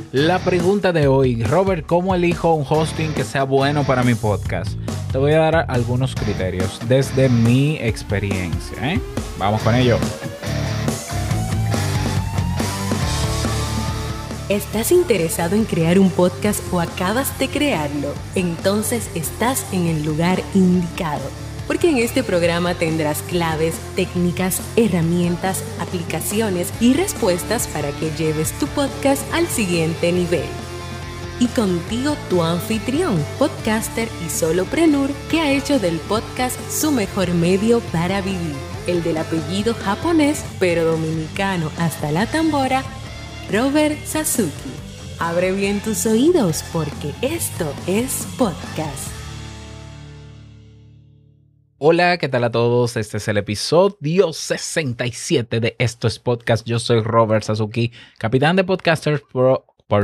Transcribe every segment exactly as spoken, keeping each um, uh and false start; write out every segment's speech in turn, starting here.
La pregunta de hoy, Robert, ¿cómo elijo un hosting que sea bueno para mi podcast? Te voy a dar algunos criterios desde mi experiencia, ¿eh? Vamos con ello. ¿Estás interesado en crear un podcast o acabas de crearlo? Entonces estás en el lugar indicado, porque en este programa tendrás claves, técnicas, herramientas, aplicaciones y respuestas para que lleves tu podcast al siguiente nivel. Y contigo tu anfitrión, podcaster y solopreneur que ha hecho del podcast su mejor medio para vivir, el del apellido japonés pero dominicano hasta la tambora, Robert Sasuki. Abre bien tus oídos porque esto es podcast. Hola, ¿qué tal a todos? Este es el episodio sesenta y siete de Esto es Podcast. Yo soy Robert Sasuki, capitán de Podcasters Pro.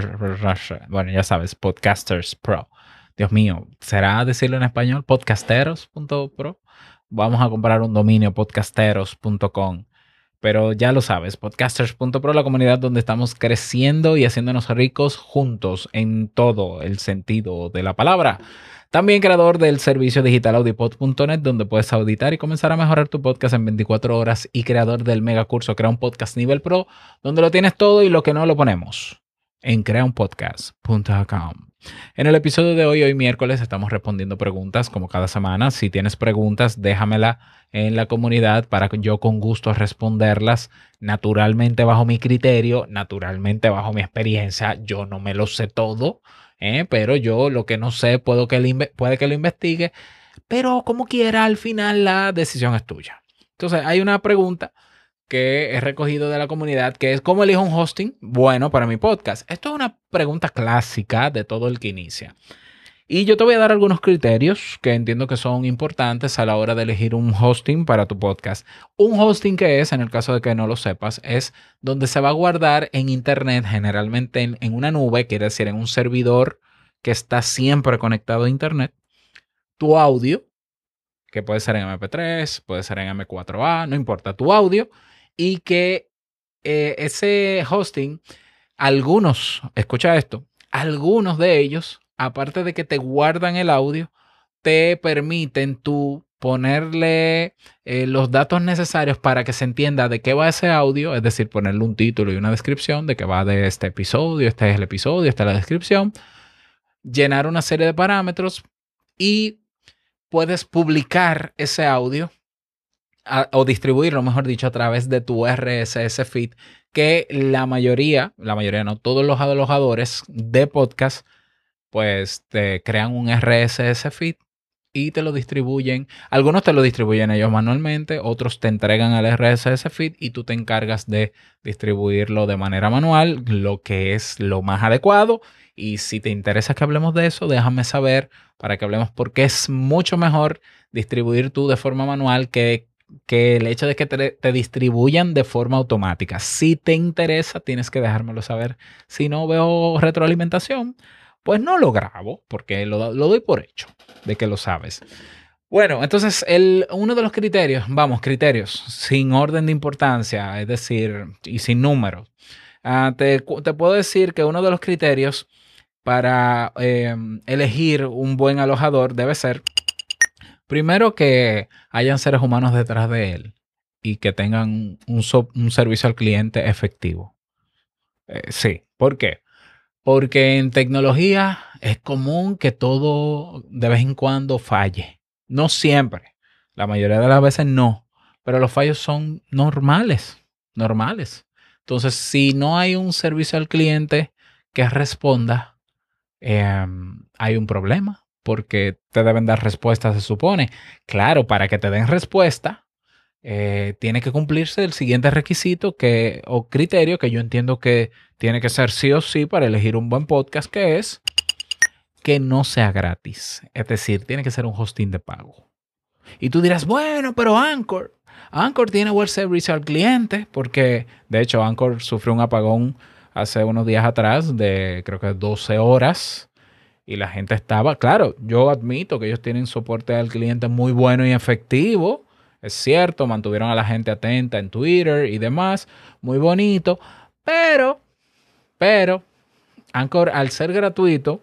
Bueno, ya sabes, Podcasters Pro. Dios mío, ¿será decirlo en español? Podcasteros punto pro. Vamos a comprar un dominio, podcasteros punto com. Pero ya lo sabes, podcasters punto pro, la comunidad donde estamos creciendo y haciéndonos ricos juntos en todo el sentido de la palabra. También creador del servicio digital audipod punto net, donde puedes auditar y comenzar a mejorar tu podcast en veinticuatro horas. Y creador del mega curso Crea un Podcast Nivel Pro, donde lo tienes todo y lo que no lo ponemos en crea un podcast punto com. En el episodio de hoy, hoy miércoles, estamos respondiendo preguntas como cada semana. Si tienes preguntas, déjamela en la comunidad para que yo con gusto responderlas naturalmente bajo mi criterio, naturalmente bajo mi experiencia. Yo no me lo sé todo, ¿eh? Pero yo lo que no sé puedo que le, puede que lo investigue, pero como quiera, al final la decisión es tuya. Entonces, hay una pregunta que he recogido de la comunidad, que es ¿cómo elijo un hosting bueno para mi podcast? Esto es una pregunta clásica de todo el que inicia. Y yo te voy a dar algunos criterios que entiendo que son importantes a la hora de elegir un hosting para tu podcast. Un hosting que es, en el caso de que no lo sepas, es donde se va a guardar en internet, generalmente en, en una nube, quiere decir en un servidor que está siempre conectado a internet, tu audio, que puede ser en eme pe tres, puede ser en eme cuatro a, no importa, tu audio, y que eh, ese hosting, algunos, escucha esto, algunos de ellos, aparte de que te guardan el audio, te permiten tú ponerle eh, los datos necesarios para que se entienda de qué va ese audio, es decir, ponerle un título y una descripción de que va de este episodio, este es el episodio, esta es la descripción, llenar una serie de parámetros y puedes publicar ese audio a, o distribuirlo, mejor dicho, a través de tu erre ese ese feed, que la mayoría, la mayoría no, todos los alojadores de podcast, pues te crean un erre ese ese feed y te lo distribuyen. Algunos te lo distribuyen ellos manualmente, otros te entregan el erre ese ese feed y tú te encargas de distribuirlo de manera manual, lo que es lo más adecuado. Y si te interesa que hablemos de eso, déjame saber para que hablemos, porque es mucho mejor distribuir tú de forma manual que, que el hecho de que te, te distribuyan de forma automática. Si te interesa, tienes que dejármelo saber. Si no veo retroalimentación, pues no lo grabo, porque lo, lo doy por hecho de que lo sabes. Bueno, entonces el, uno de los criterios, vamos, criterios sin orden de importancia, es decir, y sin números. Uh, te, te puedo decir que uno de los criterios para eh, elegir un buen alojador debe ser, primero, que hayan seres humanos detrás de él y que tengan un, so, un servicio al cliente efectivo. Eh, sí, ¿por qué? Porque en tecnología es común que todo de vez en cuando falle. No siempre, la mayoría de las veces no, pero los fallos son normales, normales. Entonces, si no hay un servicio al cliente que responda, eh, hay un problema, porque te deben dar respuesta, se supone. Claro, para que te den respuesta, eh, tiene que cumplirse el siguiente requisito que, o criterio que yo entiendo que tiene que ser sí o sí para elegir un buen podcast, que es que no sea gratis. Es decir, tiene que ser un hosting de pago. Y tú dirás, bueno, pero Anchor, Anchor tiene web service al cliente, porque de hecho Anchor sufrió un apagón hace unos días atrás de creo que doce horas y la gente estaba, claro, yo admito que ellos tienen soporte al cliente muy bueno y efectivo, es cierto, mantuvieron a la gente atenta en Twitter y demás, muy bonito, pero, pero Anchor, al ser gratuito,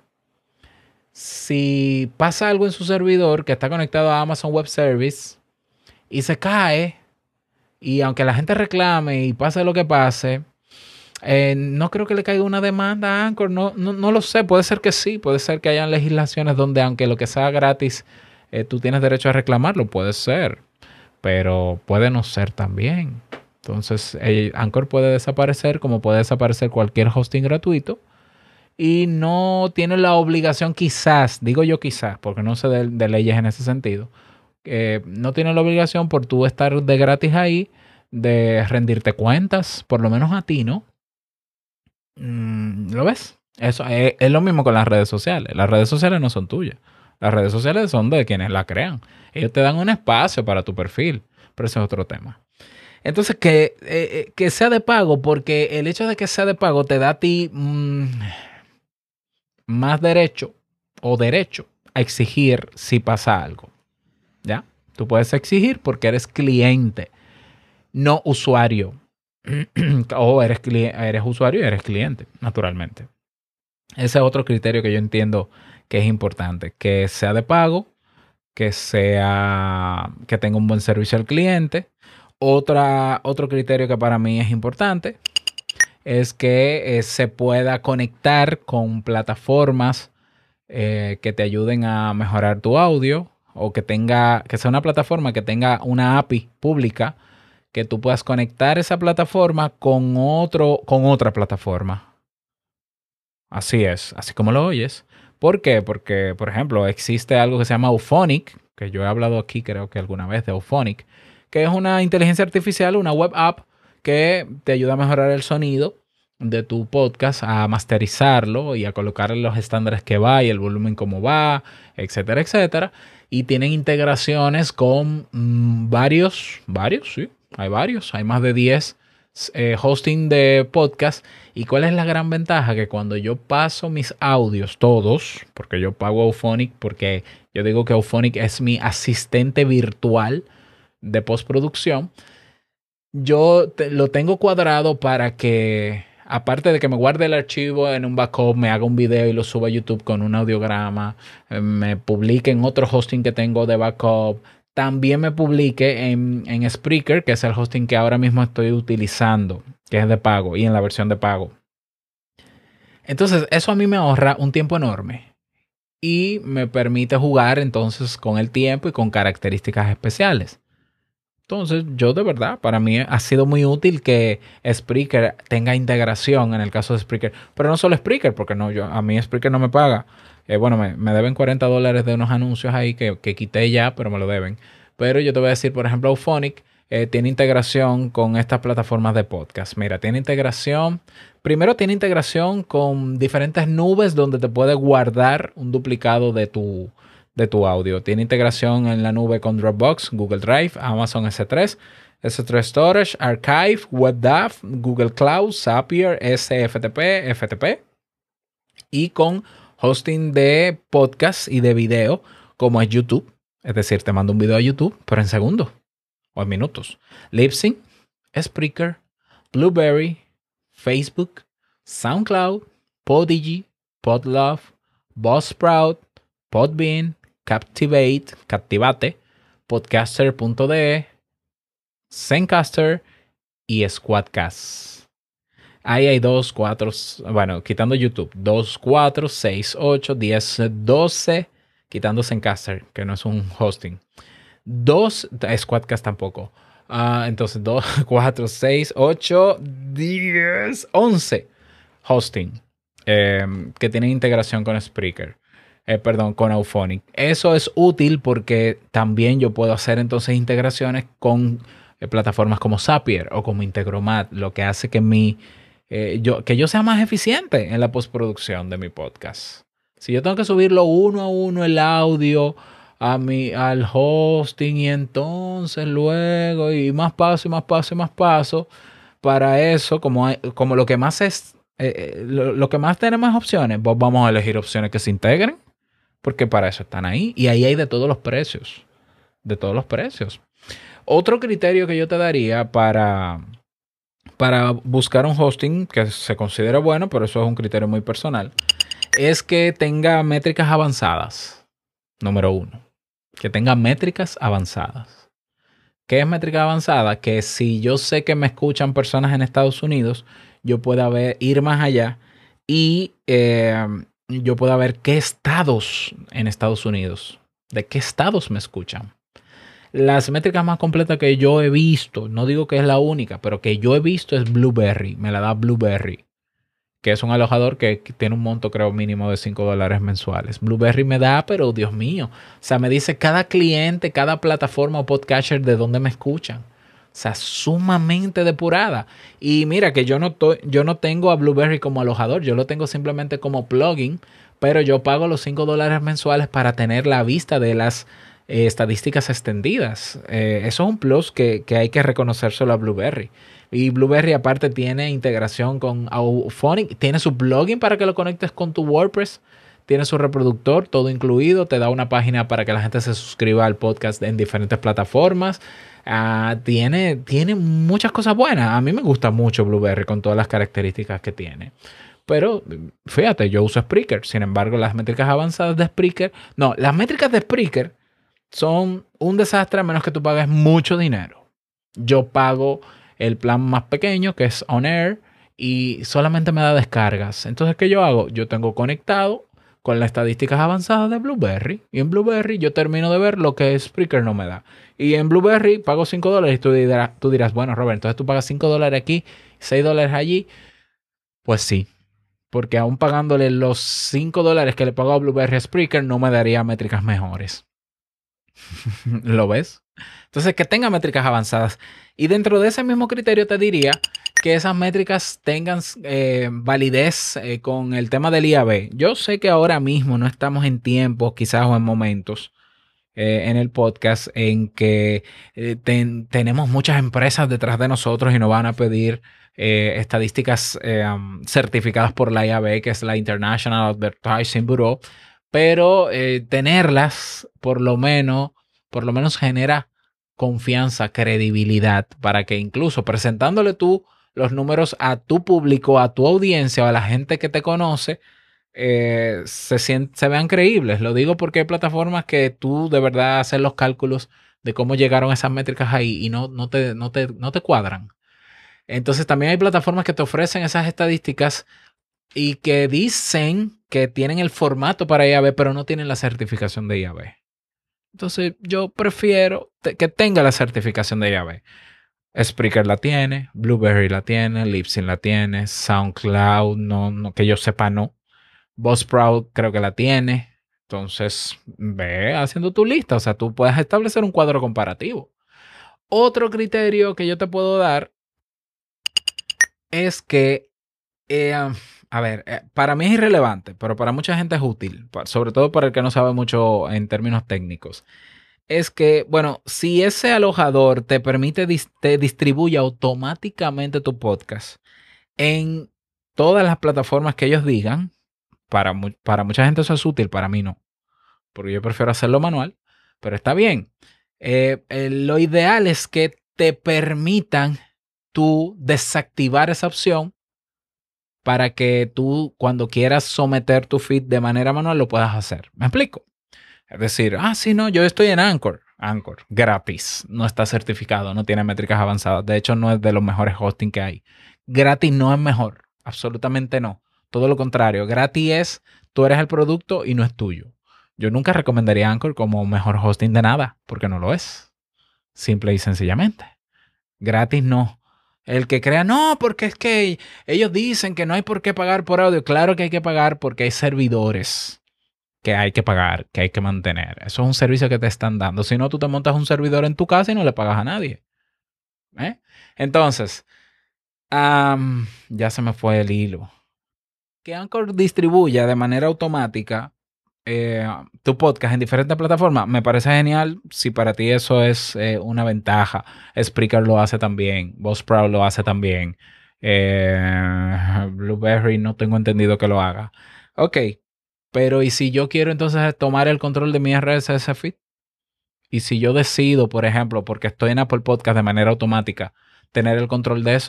si pasa algo en su servidor que está conectado a Amazon Web Service y se cae, y aunque la gente reclame y pase lo que pase, eh, no creo que le caiga una demanda a Anchor. No, no, no lo sé. Puede ser que sí. Puede ser que hayan legislaciones donde aunque lo que sea gratis, eh, tú tienes derecho a reclamarlo. Puede ser. Pero puede no ser también. Entonces, eh, Anchor puede desaparecer como puede desaparecer cualquier hosting gratuito. Y no tiene la obligación, quizás, digo yo quizás, porque no sé de, de leyes en ese sentido, eh, no tiene la obligación por tú estar de gratis ahí, de rendirte cuentas, por lo menos a ti, ¿no? Mm, ¿lo ves? Eso es, es lo mismo con las redes sociales. Las redes sociales no son tuyas. Las redes sociales son de quienes la crean. Ellos te dan un espacio para tu perfil, pero ese es otro tema. Entonces, que, eh, que sea de pago, porque el hecho de que sea de pago te da a ti... Mmm, más derecho o derecho a exigir si pasa algo. ¿Ya? Tú puedes exigir porque eres cliente, no usuario. O eres, eres usuario y eres cliente, naturalmente. Ese es otro criterio que yo entiendo que es importante. Que sea de pago, que sea, que tenga un buen servicio al cliente. Otra, otro criterio que para mí es importante es que eh, se pueda conectar con plataformas eh, que te ayuden a mejorar tu audio, o que tenga, que sea una plataforma que tenga una A P I pública, que tú puedas conectar esa plataforma con otro, con otra plataforma. Así es, así como lo oyes. ¿Por qué? Porque, por ejemplo, existe algo que se llama Auphonic, que yo he hablado aquí creo que alguna vez de Auphonic, que es una inteligencia artificial, una web app que te ayuda a mejorar el sonido de tu podcast, a masterizarlo y a colocar los estándares que va y el volumen como va, etcétera, etcétera. Y tienen integraciones con mmm, varios, varios, sí, hay varios, hay más de diez eh, hosting de podcast. ¿Y cuál es la gran ventaja? Que cuando yo paso mis audios, todos, porque yo pago Auphonic, porque yo digo que Auphonic es mi asistente virtual de postproducción, yo te, lo tengo cuadrado para que, aparte de que me guarde el archivo en un backup, me haga un video y lo suba a YouTube con un audiograma, eh, me publique en otro hosting que tengo de backup, también me publique en, en Spreaker, que es el hosting que ahora mismo estoy utilizando, que es de pago y en la versión de pago. Entonces, eso a mí me ahorra un tiempo enorme y me permite jugar entonces con el tiempo y con características especiales. Entonces, yo de verdad, para mí ha sido muy útil que Spreaker tenga integración en el caso de Spreaker. Pero no solo Spreaker, porque no, yo, a mí Spreaker no me paga. Eh, bueno, me, me deben cuarenta dólares de unos anuncios ahí que, que quité ya, pero me lo deben. Pero yo te voy a decir, por ejemplo, Auphonic eh, tiene integración con estas plataformas de podcast. Mira, tiene integración. Primero tiene integración con diferentes nubes donde te puede guardar un duplicado de tu... de tu audio. Tiene integración en la nube con Dropbox, Google Drive, Amazon S tres, S tres Storage, Archive, WebDAV, Google Cloud, Zapier, S F T P, F T P. Y con hosting de podcast y de video como es YouTube. Es decir, te mando un video a YouTube, pero en segundos o en minutos. Libsyn, Spreaker, Blueberry, Facebook, SoundCloud, Podigy, Podlove, Buzzsprout, Podbean, Captivate, Captivate, Podcaster punto d e, Zencaster y Squadcast. Ahí hay dos, cuatro, bueno, quitando YouTube, dos, cuatro, seis, ocho, diez, doce, quitando Zencaster, que no es un hosting. dos, Squadcast tampoco. Uh, entonces, dos, cuatro, seis, ocho, diez, once hosting eh, que tienen integración con Spreaker. Eh, perdón, con Auphonic. Eso es útil porque también yo puedo hacer entonces integraciones con eh, plataformas como Zapier o como Integromat, lo que hace que, mi, eh, yo, que yo sea más eficiente en la postproducción de mi podcast. Si yo tengo que subirlo uno a uno el audio a mi, al hosting y entonces luego y más paso y más paso y más paso, para eso, como, hay, como lo que más es, eh, lo, lo que más tenemos opciones, pues vamos a elegir opciones que se integren. Porque para eso están ahí. Y ahí hay de todos los precios. De todos los precios. Otro criterio que yo te daría para, para buscar un hosting que se considere bueno, pero eso es un criterio muy personal, es que tenga métricas avanzadas. Número uno, que tenga métricas avanzadas. ¿Qué es métrica avanzada? Que si yo sé que me escuchan personas en Estados Unidos, yo pueda ver, ir más allá y eh, yo pueda ver qué estados en Estados Unidos, de qué estados me escuchan. Las métricas más completas que yo he visto, no digo que es la única, pero que yo he visto es Blueberry. Me la da Blueberry, que es un alojador que tiene un monto, creo, mínimo de cinco dólares mensuales. Blueberry me da, pero Dios mío. O sea, me dice cada cliente, cada plataforma o podcatcher de dónde me escuchan. O sea, sumamente depurada. Y mira que yo no, to- yo no tengo a Blueberry como alojador, yo lo tengo simplemente como plugin, pero yo pago los cinco dólares mensuales para tener la vista de las eh, estadísticas extendidas. Eh, eso es un plus que, que hay que reconocérselo a Blueberry. Y Blueberry aparte tiene integración con Auphonic, tiene su plugin para que lo conectes con tu WordPress, tiene su reproductor, todo incluido, te da una página para que la gente se suscriba al podcast en diferentes plataformas. Uh, tiene, tiene muchas cosas buenas. A mí me gusta mucho Blueberry con todas las características que tiene. Pero fíjate, yo uso Spreaker. Sin embargo, las métricas avanzadas de Spreaker, no, las métricas de Spreaker son un desastre a menos que tú pagues mucho dinero. Yo pago el plan más pequeño, que es On Air, y solamente me da descargas. Entonces, ¿qué yo hago? Yo tengo conectado con las estadísticas avanzadas de Blueberry, y en Blueberry yo termino de ver lo que Spreaker no me da. Y en Blueberry pago cinco dólares y tú dirás, tú dirás, bueno, Robert, entonces tú pagas cinco dólares aquí, seis dólares allí. Pues sí, porque aún pagándole los cinco dólares que le pago a Blueberry a Spreaker no me daría métricas mejores. ¿Lo ves? Entonces, que tenga métricas avanzadas. Y dentro de ese mismo criterio te diría que esas métricas tengan eh, validez eh, con el tema del I A B. Yo sé que ahora mismo no estamos en tiempos, quizás o en momentos eh, en el podcast en que eh, ten, tenemos muchas empresas detrás de nosotros y nos van a pedir eh, estadísticas eh, um, certificadas por la I A B, que es la International Advertising Bureau. Pero eh, tenerlas, por lo menos, por lo menos genera confianza, credibilidad, para que incluso presentándole tú los números a tu público, a tu audiencia o a la gente que te conoce, eh, se, siente, se vean creíbles. Lo digo porque hay plataformas que tú de verdad haces los cálculos de cómo llegaron esas métricas ahí y no, no, te, no, te, no te cuadran. Entonces también hay plataformas que te ofrecen esas estadísticas y que dicen que tienen el formato para I A B, pero no tienen la certificación de I A B. Entonces yo prefiero te- que tenga la certificación de I A B. Spreaker la tiene, Blueberry la tiene, Libsyn la tiene, SoundCloud, no, no, que yo sepa no. Buzzsprout creo que la tiene. Entonces ve haciendo tu lista, o sea, tú puedes establecer un cuadro comparativo. Otro criterio que yo te puedo dar es que Eh, a ver, eh, para mí es irrelevante, pero para mucha gente es útil, pa- sobre todo para el que no sabe mucho en términos técnicos. Es que, bueno, si ese alojador te permite, dis- te distribuye automáticamente tu podcast en todas las plataformas que ellos digan, para, mu- para mucha gente eso es útil, para mí no, porque yo prefiero hacerlo manual, pero está bien. Eh, eh, lo ideal es que te permitan tú desactivar esa opción para que tú cuando quieras someter tu feed de manera manual lo puedas hacer. ¿Me explico? Es decir, ah, sí, no, yo estoy en Anchor. Anchor, gratis. No está certificado, no tiene métricas avanzadas. De hecho, no es de los mejores hosting que hay. Gratis no es mejor. Absolutamente no. Todo lo contrario. Gratis es, tú eres el producto y no es tuyo. Yo nunca recomendaría Anchor como mejor hosting de nada, porque no lo es. Simple y sencillamente. Gratis no. El que crea, no, porque es que ellos dicen que no hay por qué pagar por audio. Claro que hay que pagar porque hay servidores que hay que pagar, que hay que mantener. Eso es un servicio que te están dando. Si no, tú te montas un servidor en tu casa y no le pagas a nadie. ¿Eh? Entonces, um, ya se me fue el hilo. Que Anchor distribuya de manera automática eh, tu podcast en diferentes plataformas, me parece genial. Si para ti eso es eh, una ventaja, Spreaker lo hace también, Buzzsprout lo hace también, eh, Blueberry no tengo entendido que lo haga. Ok, pero ¿y si yo quiero entonces tomar el control de mi R S S feed? Y si yo decido, por ejemplo, porque estoy en Apple Podcast de manera automática, tener el control de eso,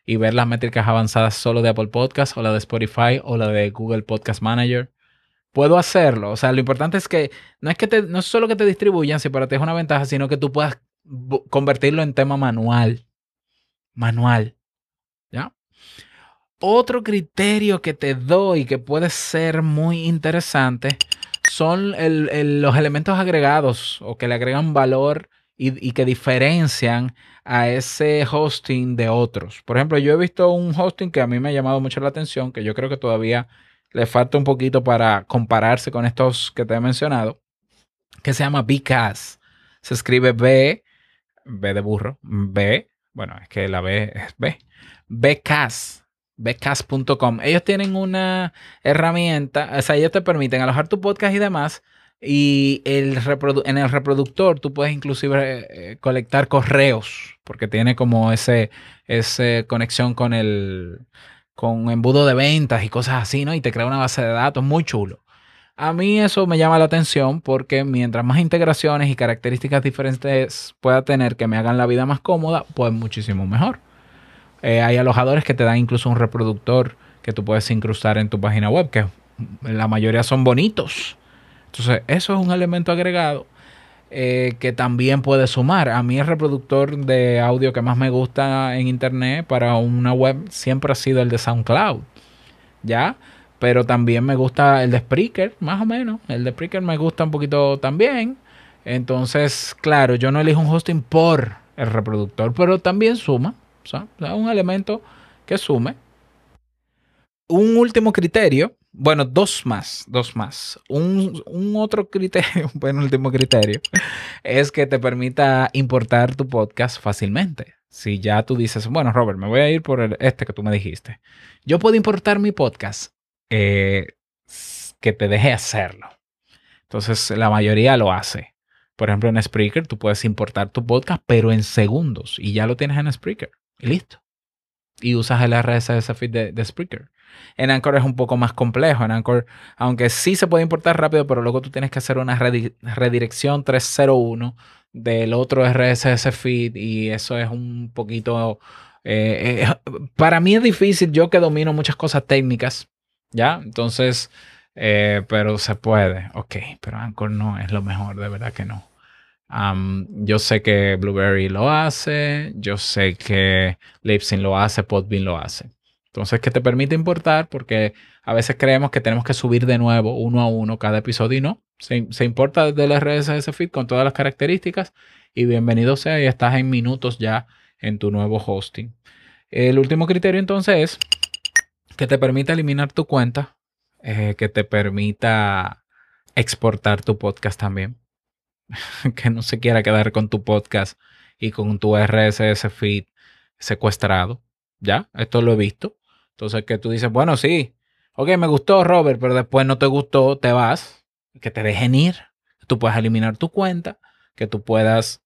y ver las métricas avanzadas solo de Apple Podcast o la de Spotify o la de Google Podcast Manager. Puedo hacerlo. O sea, lo importante es que no es que te, no es solo que te distribuyan, si para ti es una ventaja, sino que tú puedas convertirlo en tema manual. Manual. ¿Ya? Otro criterio que te doy que puede ser muy interesante son el, el, los elementos agregados o que le agregan valor y, y que diferencian a ese hosting de otros. Por ejemplo, yo he visto un hosting que a mí me ha llamado mucho la atención, que yo creo que todavía le falta un poquito para compararse con estos que te he mencionado, que se llama Bcast. Se escribe B, B de burro, B, bueno, es que la B es B, Bcast. Bcast punto com. Ellos tienen una herramienta, o sea, ellos te permiten alojar tu podcast y demás, y el en el reproductor tú puedes inclusive eh, colectar correos, porque tiene como ese, ese conexión con el con embudo de ventas y cosas así, ¿no? Y te crea una base de datos muy chulo. A mí eso me llama la atención porque mientras más integraciones y características diferentes pueda tener que me hagan la vida más cómoda, pues muchísimo mejor. Eh, hay alojadores que te dan incluso un reproductor que tú puedes incrustar en tu página web, que la mayoría son bonitos. Entonces, eso es un elemento agregado eh, que también puede sumar. A mí el reproductor de audio que más me gusta en internet para una web siempre ha sido el de SoundCloud, ¿ya? Pero también me gusta el de Spreaker, más o menos. El de Spreaker me gusta un poquito también. Entonces, claro, yo no elijo un hosting por el reproductor, pero también suma. O sea, un elemento que sume. Un último criterio, bueno, dos más, dos más. Un, un otro criterio, un buen último criterio, es que te permita importar tu podcast fácilmente. Si ya tú dices, bueno, Robert, me voy a ir por el, este que tú me dijiste. Yo puedo importar mi podcast, eh, que te deje hacerlo. Entonces, la mayoría lo hace. Por ejemplo, en Spreaker tú puedes importar tu podcast, pero en segundos, y ya lo tienes en Spreaker. Y listo. Y usas el R S S feed de, de Spreaker. En Anchor es un poco más complejo. En Anchor, aunque sí se puede importar rápido, pero luego tú tienes que hacer una redi redirección trescientos uno del otro R S S feed y eso es un poquito... Eh, eh, para mí es difícil, yo que domino muchas cosas técnicas, ¿ya? Entonces, eh, pero se puede. Ok, pero Anchor no es lo mejor, de verdad que no. Um, yo sé que Blueberry lo hace, yo sé que Libsyn lo hace, Podbean lo hace. Entonces, ¿qué te permite importar? Porque a veces creemos que tenemos que subir de nuevo uno a uno cada episodio y no. Se, se importa desde el R S S feed con todas las características y bienvenido sea y estás en minutos ya en tu nuevo hosting. El último criterio entonces es que te permita eliminar tu cuenta, eh, que te permita exportar tu podcast también. Que no se quiera quedar con tu podcast y con tu R S S feed secuestrado. ¿Ya? Esto lo he visto. Entonces que tú dices, bueno, sí, ok, me gustó Robert, pero después no te gustó, te vas. Que te dejen ir. Tú puedes eliminar tu cuenta, que tú puedas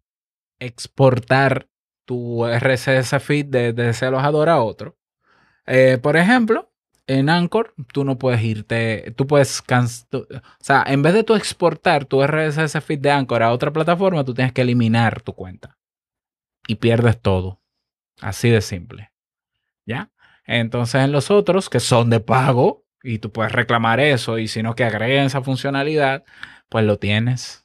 exportar tu R S S feed de, de ese alojador a otro. Eh, por ejemplo, en Anchor, tú no puedes irte, tú puedes, o sea, en vez de tú exportar tu R S S feed de Anchor a otra plataforma, tú tienes que eliminar tu cuenta y pierdes todo. Así de simple. ¿Ya? Entonces, en los otros, que son de pago, y tú puedes reclamar eso, y si no que agreguen esa funcionalidad, pues lo tienes.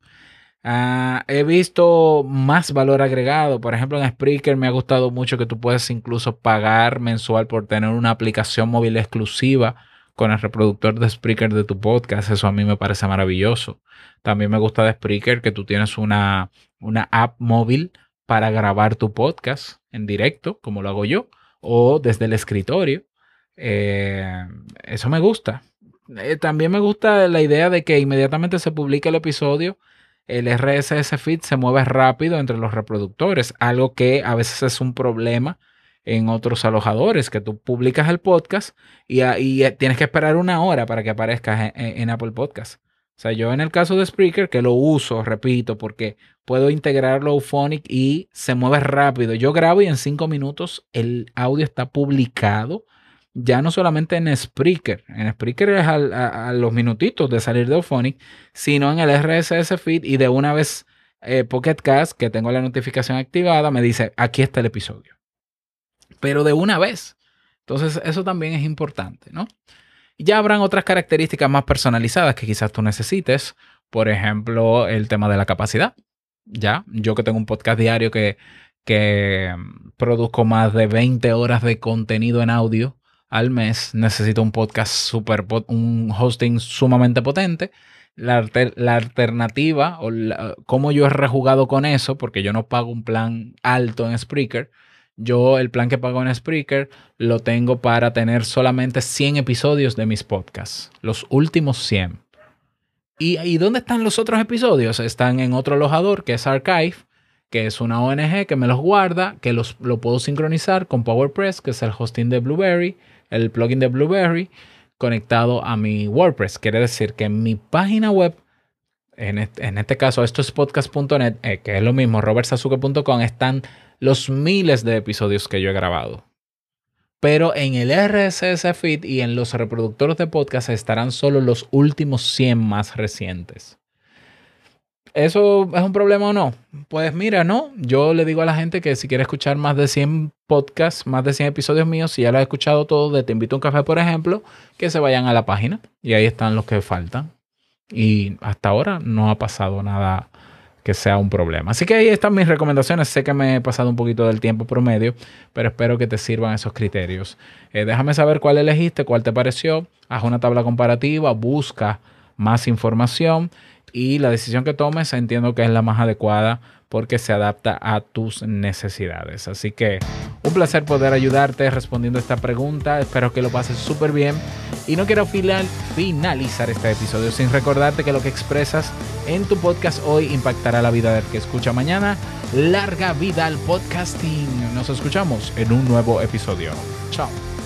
Uh, he visto más valor agregado. Por ejemplo, en Spreaker me ha gustado mucho que tú puedes incluso pagar mensual por tener una aplicación móvil exclusiva con el reproductor de Spreaker de tu podcast. Eso a mí me parece maravilloso. También me gusta de Spreaker que tú tienes una, una app móvil para grabar tu podcast en directo, como lo hago yo, o desde el escritorio. Eh, eso me gusta. Eh, también me gusta la idea de que inmediatamente se publique el episodio, el R S S feed se mueve rápido entre los reproductores, algo que a veces es un problema en otros alojadores, que tú publicas el podcast y, y tienes que esperar una hora para que aparezca en, en Apple Podcast. O sea, yo en el caso de Spreaker, que lo uso, repito, porque puedo integrarlo a Auphonic y se mueve rápido. Yo grabo y en cinco minutos el audio está publicado. Ya no solamente en Spreaker, en Spreaker es a, a, a los minutitos de salir de Auphonic, sino en el R S S feed y de una vez eh, Pocket Cast, que tengo la notificación activada, me dice, aquí está el episodio. pero de una vez. Entonces, eso también es importante, ¿no? Ya habrán otras características más personalizadas que quizás tú necesites. Por ejemplo, el tema de la capacidad. Ya, yo que tengo un podcast diario que, que produzco más de veinte horas de contenido en audio al mes, necesito un podcast super, un hosting sumamente potente. La, alter, la alternativa o la, cómo yo he rejugado con eso, porque yo no pago un plan alto en Spreaker. Yo el plan que pago en Spreaker lo tengo para tener solamente cien episodios de mis podcasts. Los últimos cien. ¿Y, ¿Y dónde están los otros episodios? Están en otro alojador que es Archive, que es una O N G que me los guarda, que los, lo puedo sincronizar con PowerPress, que es el hosting de Blueberry, el plugin de Blueberry, conectado a mi WordPress. Quiere decir que en mi página web, en este, en este caso esto es podcast punto net, eh, que es lo mismo, robert sasuke punto com, están los miles de episodios que yo he grabado. Pero en el R S S feed y en los reproductores de podcast estarán solo los últimos cien más recientes. ¿Eso es un problema o no? Pues mira, no. Yo le digo a la gente que si quiere escuchar más de cien podcasts, más de cien episodios míos, si ya lo has escuchado todo de Te Invito a un Café, por ejemplo, que se vayan a la página y ahí están los que faltan. Y hasta ahora no ha pasado nada que sea un problema. Así que ahí están mis recomendaciones. Sé que me he pasado un poquito del tiempo promedio, pero espero que te sirvan esos criterios. Eh, déjame saber cuál elegiste, cuál te pareció. Haz una tabla comparativa, busca más información y la decisión que tomes entiendo que es la más adecuada porque se adapta a tus necesidades. Así que un placer poder ayudarte respondiendo esta pregunta. Espero que lo pases súper bien. Y no quiero final, finalizar este episodio sin recordarte que lo que expresas en tu podcast hoy impactará la vida del que escucha mañana. Larga vida al podcasting. Nos escuchamos en un nuevo episodio. Chao.